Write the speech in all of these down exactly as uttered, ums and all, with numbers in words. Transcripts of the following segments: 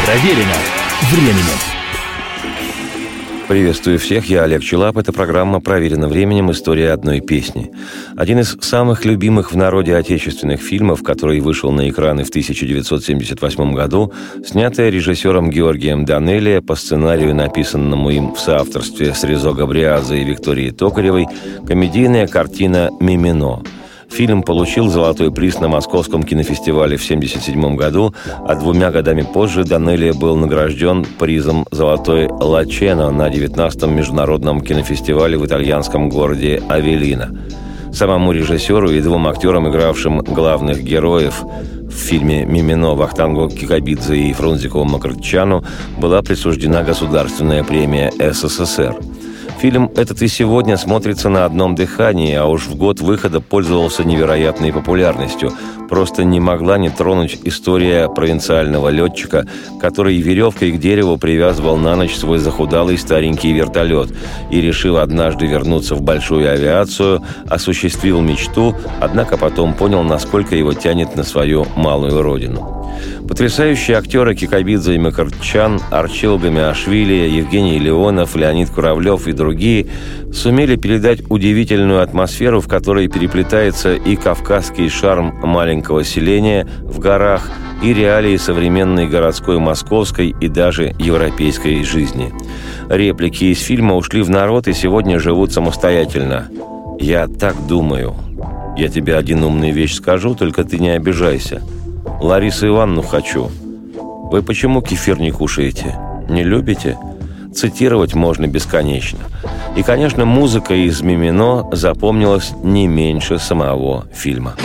Проверено временем. Приветствую всех, я Олег Челап. Это программа «Проверено временем. История одной песни». Один из самых любимых в народе отечественных фильмов, который вышел на экраны в тысяча девятьсот семьдесят восьмом году, снятая режиссером Георгием Данелия по сценарию, написанному им в соавторстве с Резо Габриадзе и Викторией Токаревой, комедийная картина «Мимино». Фильм получил золотой приз на Московском кинофестивале в семьдесят седьмом году, а двумя годами позже Данелия был награжден призом «Золотой Лачено» на девятнадцатом международном кинофестивале в итальянском городе Авеллино. Самому режиссеру и двум актерам, игравшим главных героев в фильме «Мимино» Вахтангу Кикабидзе и Фрунзику Макарчану, была присуждена государственная премия СССР. Фильм этот и сегодня смотрится на одном дыхании, а уж в год выхода пользовался невероятной популярностью. Просто не могла не тронуть история провинциального летчика, который веревкой к дереву привязывал на ночь свой захудалый старенький вертолет и, решив однажды вернуться в большую авиацию, осуществил мечту, однако потом понял, насколько его тянет на свою малую родину. Потрясающие актеры Кикабидзе и Макарчан, Арчил Гамиашвили, Евгений Леонов, Леонид Куравлев и другие сумели передать удивительную атмосферу, в которой переплетается и кавказский шарм маленького селения в горах, и реалии современной городской московской и даже европейской жизни. Реплики из фильма ушли в народ и сегодня живут самостоятельно. «Я так думаю. Я тебе один умный вещь скажу, только ты не обижайся. Ларису Ивановну хочу. Вы почему кефир не кушаете? Не любите?» Цитировать можно бесконечно. И, конечно, музыка из «Мимино» запомнилась не меньше самого фильма.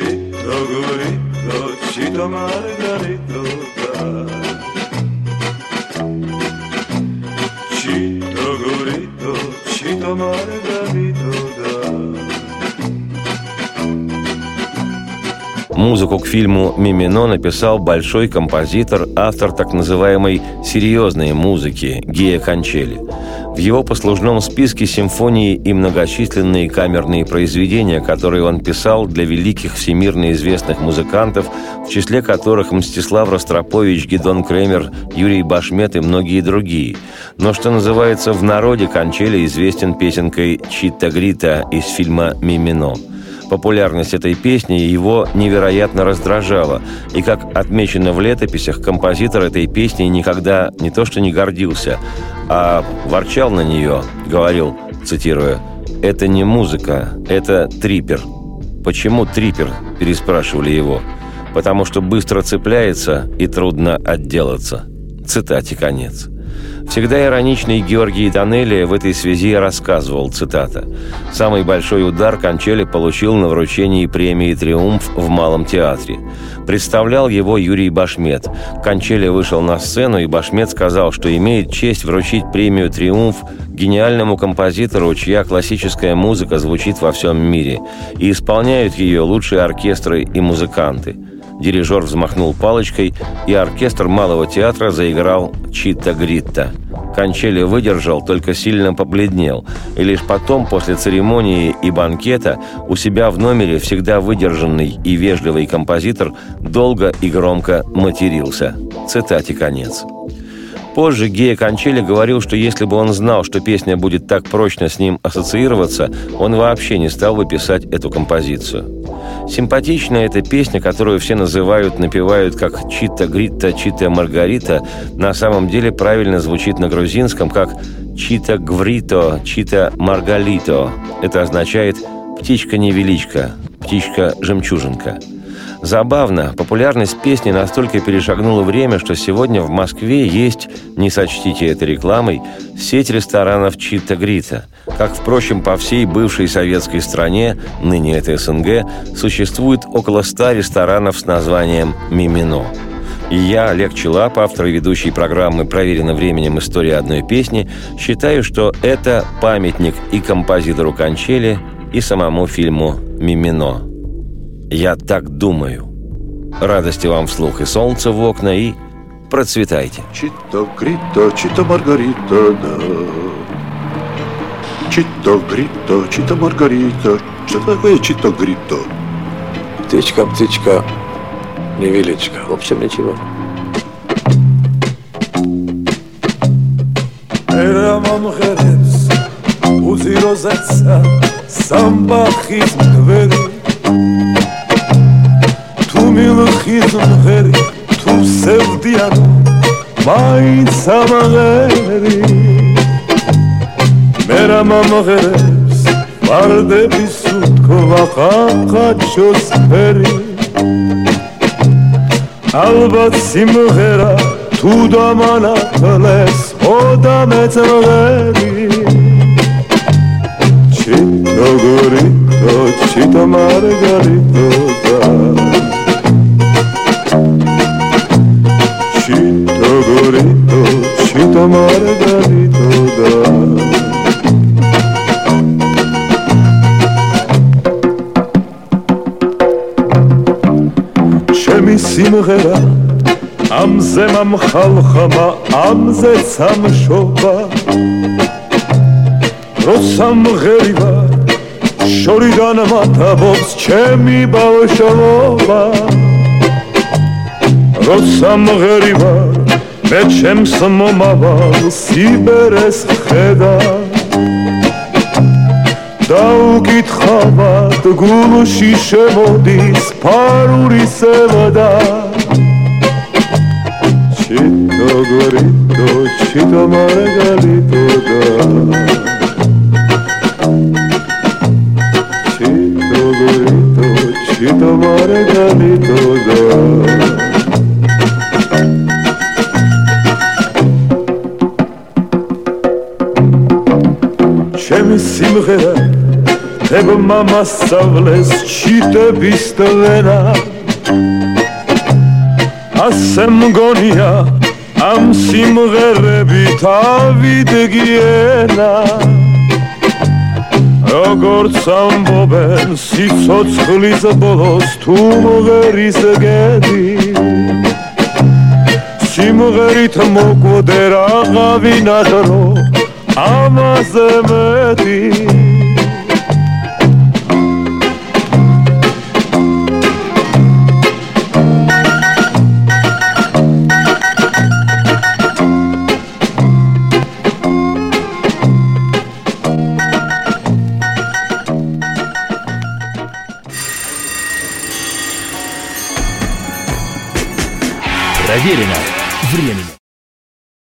Музыку к фильму «Мимино» написал большой композитор, автор так называемой «серьезной музыки» Гео Кончели. В его послужном списке симфонии и многочисленные камерные произведения, которые он писал для великих всемирно известных музыкантов, в числе которых Мстислав Ростропович, Гидон Кремер, Юрий Башмет и многие другие. Но, что называется, в народе Кончели известен песенкой «Чита Грита» из фильма «Мимино». Популярность этой песни его невероятно раздражала, и, как отмечено в летописях, композитор этой песни никогда не то что не гордился, а ворчал на нее, говорил, цитируя, «Это не музыка, это трипер». «Почему трипер?» – переспрашивали его. «Потому что быстро цепляется и трудно отделаться». Цитате конец. Всегда ироничный Георгий Данелия в этой связи рассказывал, цитата, «Самый большой удар Кончели получил на вручении премии «Триумф» в Малом театре. Представлял его Юрий Башмет. Кончели вышел на сцену, и Башмет сказал, что имеет честь вручить премию «Триумф» гениальному композитору, чья классическая музыка звучит во всем мире, и исполняют ее лучшие оркестры и музыканты». Дирижер взмахнул палочкой, и оркестр Малого театра заиграл «Чита Грита». Кончели выдержал, только сильно побледнел, и лишь потом, после церемонии и банкета, у себя в номере всегда выдержанный и вежливый композитор долго и громко матерился. Цитате конец. Позже Гео Кончели говорил, что если бы он знал, что песня будет так прочно с ним ассоциироваться, он вообще не стал бы писать эту композицию. Симпатичная эта песня, которую все называют, напевают как «Чита Грита, Чита Маргарита», на самом деле правильно звучит на грузинском как «Чита Гврито, Чита Маргалито». Это означает «птичка-невеличка», «птичка-жемчужинка». Забавно, популярность песни настолько перешагнула время, что сегодня в Москве есть, не сочтите это рекламой, сеть ресторанов «Чита Грита». Как, впрочем, по всей бывшей советской стране, ныне это СНГ, существует около ста ресторанов с названием «Мимино». И я, Олег Челап, автор и ведущий программы «Проверено временем. История одной песни», считаю, что это памятник и композитору Кончели, и самому фильму «Мимино». «Я так думаю». Радости вам вслух и солнца в окна, и процветайте. Чита Грита, Чита Маргарита, да. Чита Грита, Чита Маргарита. Что такое Чита Грита? Птичка, птичка, невеличка. В общем, ничего. მომღერებს უძიროზეცა სამბახის მღვერი თუ მილხის მღერი თუ სევდიანო მაინც ამღერი მერა მომღერებს ვარდების უთქვა ყაყაჩოს ფერი ალბათ სიმღერა თუ დამანათლეს ოდა მეწმღერი ჩიტო გორიტო ჩიტო მარგარიტო და ჩიტო გორიტო ჩიტო მარგარიტო და ჩემი სიმღერა ამზე მომხალხმა ამზე სამშობა როცა მღერივა შორიდან მათაბობს ჩემი ბავშვობა როცა მღერივა მე ჩემს მომავალ სიბერეს ხედა დაუკითხავად გულში შემოდის ფარული სევდა ჩიტო გორიტო ჩიტო მარგალიტო და ჩიტო გორიტო ჩიტო მარგალიტო და ჩემი სიმღერა დებმა მასწავლეს ჩიტების დლენა ასე მგონია ამ სიმღერებით ავიდგიენა როგორც ამბობენ სიცოცხლის ბოლოს თუ მღერის გედი სიმღერით მოკვდე რაღაცა დრო ამაზე მეტი Проверено временем.